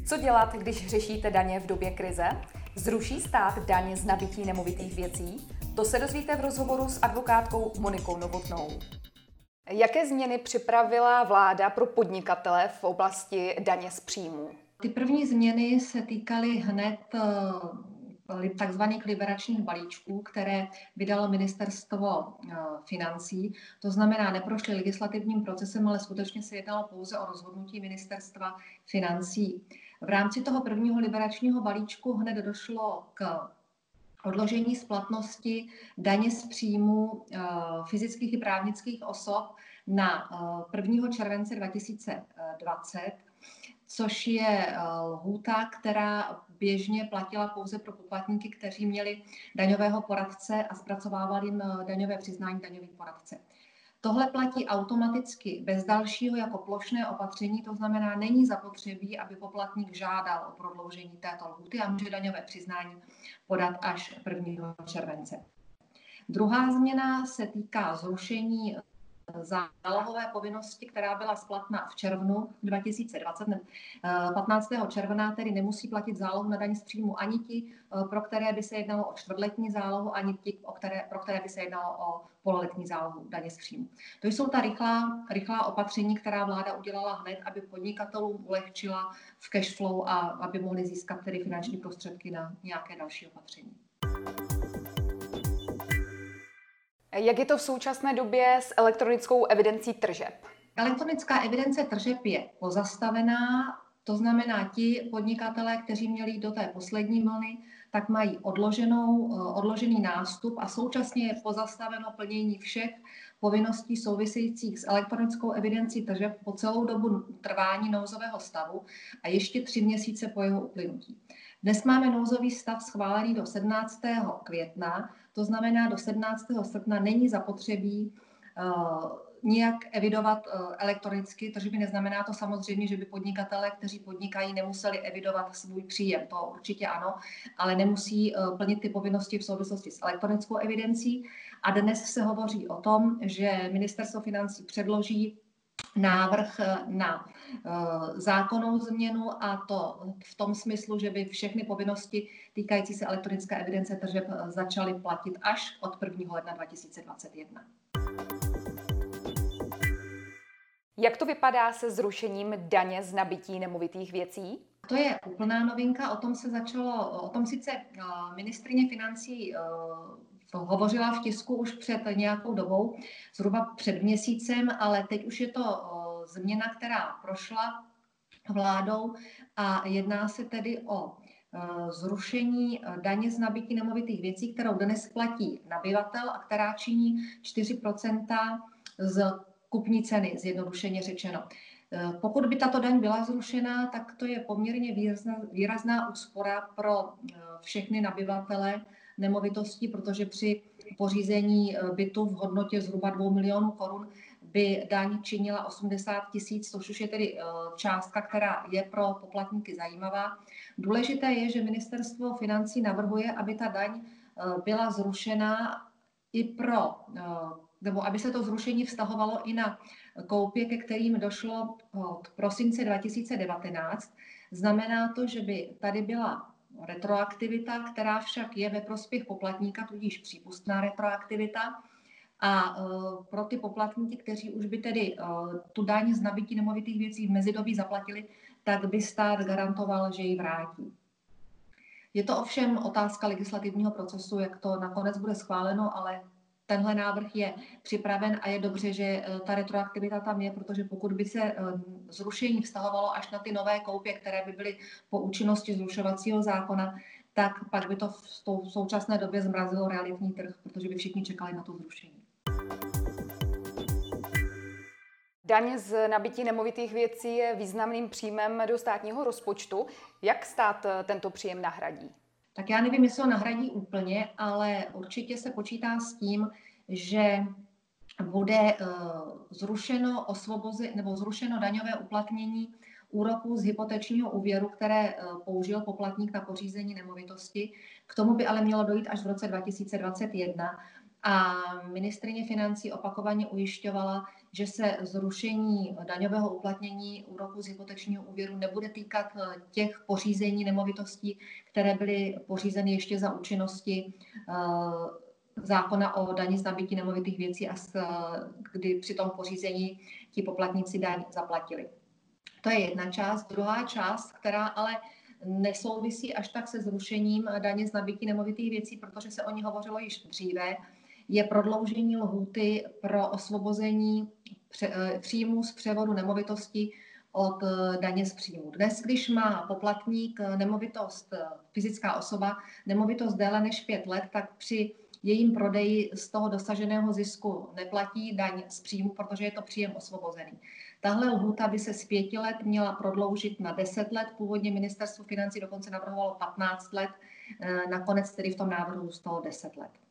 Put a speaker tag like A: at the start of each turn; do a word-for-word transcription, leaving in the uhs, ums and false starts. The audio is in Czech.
A: Co dělat, když řešíte daně v době krize? Zruší stát daň z nabytí nemovitých věcí? To se dozvíte v rozhovoru s advokátkou Monikou Novotnou. Jaké změny připravila vláda pro podnikatele v oblasti daně z příjmů?
B: Ty první změny se týkaly hned takzvaných liberačních balíčků, které vydalo ministerstvo financí. To znamená, neprošly legislativním procesem, ale skutečně se jednalo pouze o rozhodnutí ministerstva financí. V rámci toho prvního liberačního balíčku hned došlo k odložení splatnosti daně z příjmu fyzických i právnických osob na prvního července dva tisíce dvacet, což je lhůta, která běžně platila pouze pro poplatníky, kteří měli daňového poradce a zpracovával jim daňové přiznání daňový poradce. Tohle platí automaticky bez dalšího jako plošné opatření, to znamená, není zapotřebí, aby poplatník žádal o prodloužení této lhůty a může daňové přiznání podat až prvního července. Druhá změna se týká zrušení zálohové povinnosti, která byla splatná v červnu dva tisíce dvacet. patnáctého června tedy nemusí platit zálohu na daň z příjmu ani ti, pro které by se jednalo o čtvrtletní zálohu, ani ti, o které, pro které by se jednalo o pololetní zálohu daně z příjmu. To jsou ta rychlá, rychlá opatření, která vláda udělala hned, aby podnikatelům ulehčila v cash flow a aby mohli získat tedy finanční prostředky na nějaké další opatření.
A: Jak je to v současné době s elektronickou evidencí tržeb?
B: Elektronická evidence tržeb je pozastavená, to znamená ti podnikatelé, kteří měli do té poslední vlny, tak mají odloženou, odložený nástup a současně je pozastaveno plnění všech povinností souvisejících s elektronickou evidencí tržeb po celou dobu trvání nouzového stavu a ještě tři měsíce po jeho uplynutí. Dnes máme nouzový stav schválený do sedmnáctého května, to znamená do sedmnáctého srpna není zapotřebí uh, nijak evidovat uh, elektronicky, tržby. Neznamená to samozřejmě, že by podnikatelé, kteří podnikají, nemuseli evidovat svůj příjem. To určitě ano, ale nemusí uh, plnit ty povinnosti v souvislosti s elektronickou evidencí. A dnes se hovoří o tom, že ministerstvo financí předloží návrh na uh, zákonnou změnu a to v tom smyslu, že by všechny povinnosti týkající se elektronické evidence tržeb začaly platit až od prvního ledna dva tisíce dvacet jedna.
A: Jak to vypadá se zrušením daně z nabytí nemovitých věcí?
B: To je úplná novinka, o tom se začalo, o tom sice ministryně financí hovořila v tisku už před nějakou dobou, zhruba před měsícem, ale teď už je to změna, která prošla vládou a jedná se tedy o zrušení daně z nabytí nemovitých věcí, kterou dnes platí nabyvatel a která činí čtyři procenta z kupní ceny, zjednodušeně řečeno. Pokud by tato daň byla zrušena, tak to je poměrně výrazná, výrazná úspora pro všechny nabyvatele nemovitostí, protože při pořízení bytu v hodnotě zhruba dvou milionů korun by daň činila osmdesát tisíc, což už je tedy částka, která je pro poplatníky zajímavá. Důležité je, že ministerstvo financí navrhuje, aby ta daň byla zrušena i pro, nebo aby se to zrušení vztahovalo i na koupě, ke kterým došlo od prosince dva tisíce devatenáct. Znamená to, že by tady byla retroaktivita, která však je ve prospěch poplatníka, tudíž přípustná retroaktivita. A uh, pro ty poplatníky, kteří už by tedy uh, tu daň z nabytí nemovitých věcí v mezidobí zaplatili, tak by stát garantoval, že ji vrátí. Je to ovšem otázka legislativního procesu, jak to nakonec bude schváleno, ale tenhle návrh je připraven a je dobře, že uh, ta retroaktivita tam je, protože pokud by se uh, zrušení vztahovalo až na ty nové koupě, které by byly po účinnosti zrušovacího zákona, tak pak by to v, v současné době zmrazilo realitní trh, protože by všichni čekali na to zrušení.
A: Daň z nabytí nemovitých věcí je významným příjmem do státního rozpočtu. Jak stát tento příjem nahradí?
B: Tak já nevím, jestli ho nahradí úplně, ale určitě se počítá s tím, že bude uh, zrušeno osvobozi, nebo zrušeno daňové uplatnění úroků z hypotečního úvěru, které uh, použil poplatník na pořízení nemovitosti. K tomu by ale mělo dojít až v roce dva tisíce dvacet jedna. A ministryně financí opakovaně ujišťovala, že se zrušení daňového uplatnění úroku z hypotečního úvěru nebude týkat těch pořízení nemovitostí, které byly pořízeny ještě za účinnosti zákona o dani z nabytí nemovitých věcí a kdy při tom pořízení ti poplatníci daň zaplatili. To je jedna část. Druhá část, která ale nesouvisí až tak se zrušením daně z nabytí nemovitých věcí, protože se o ní hovořilo již dříve, je prodloužení lhůty pro osvobození příjmů z převodu nemovitosti od daně z příjmu. Dnes, když má poplatník nemovitost, fyzická osoba, nemovitost déle než pět let, tak při jejím prodeji z toho dosaženého zisku neplatí daň z příjmu, protože je to příjem osvobozený. Tahle lhůta by se z pěti let měla prodloužit na deset let. Původně ministerstvo financí dokonce navrhovalo patnáct let, nakonec tedy v tom návrhu zůstalo deset let.